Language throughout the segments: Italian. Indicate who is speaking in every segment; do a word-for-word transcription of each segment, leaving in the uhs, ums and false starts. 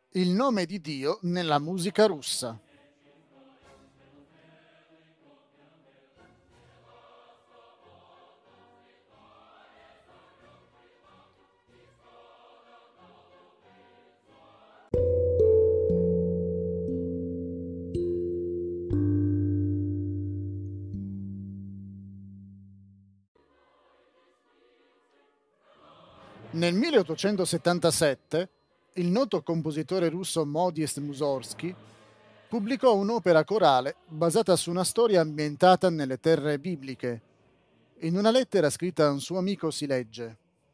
Speaker 1: Il nome di Dio nella musica russa. Nel milleottocentosettantasette il noto compositore russo Modest Mussorgsky pubblicò un'opera corale basata su una storia ambientata nelle terre bibliche. In una lettera scritta a un suo amico si legge: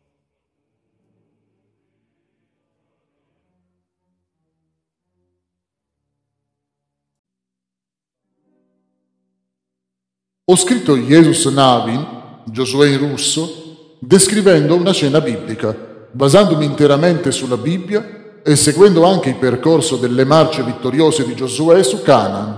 Speaker 2: Ho scritto Jesus Navin, Giosuè in russo, descrivendo una scena biblica, basandomi interamente sulla Bibbia e seguendo anche il percorso delle marce vittoriose di Giosuè su Canaan.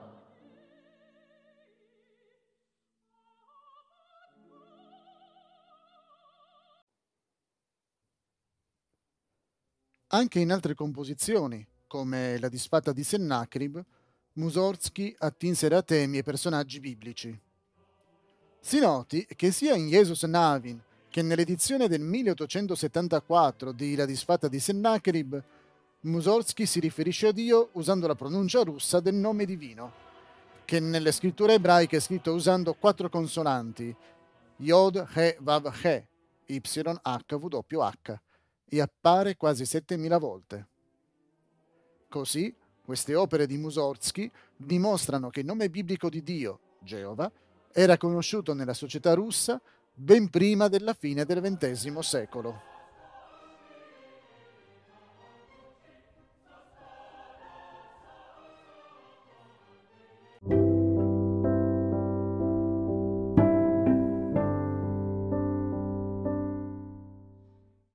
Speaker 1: Anche in altre composizioni, come la disfatta di Sennacherib, Mussorgsky attinsero a temi e personaggi biblici. Si noti che sia in Jesus Navin che nell'edizione del milleottocentosettantaquattro di La disfatta di Sennacherib, Mussorgsky si riferisce a Dio usando la pronuncia russa del nome divino, che nelle scritture ebraiche è scritto usando quattro consonanti, Yod, He, Vav, He, Y, H, W, H, e appare quasi settemila volte. Così, queste opere di Mussorgsky dimostrano che il nome biblico di Dio, Geova, era conosciuto nella società russa ben prima della fine del ventesimo secolo.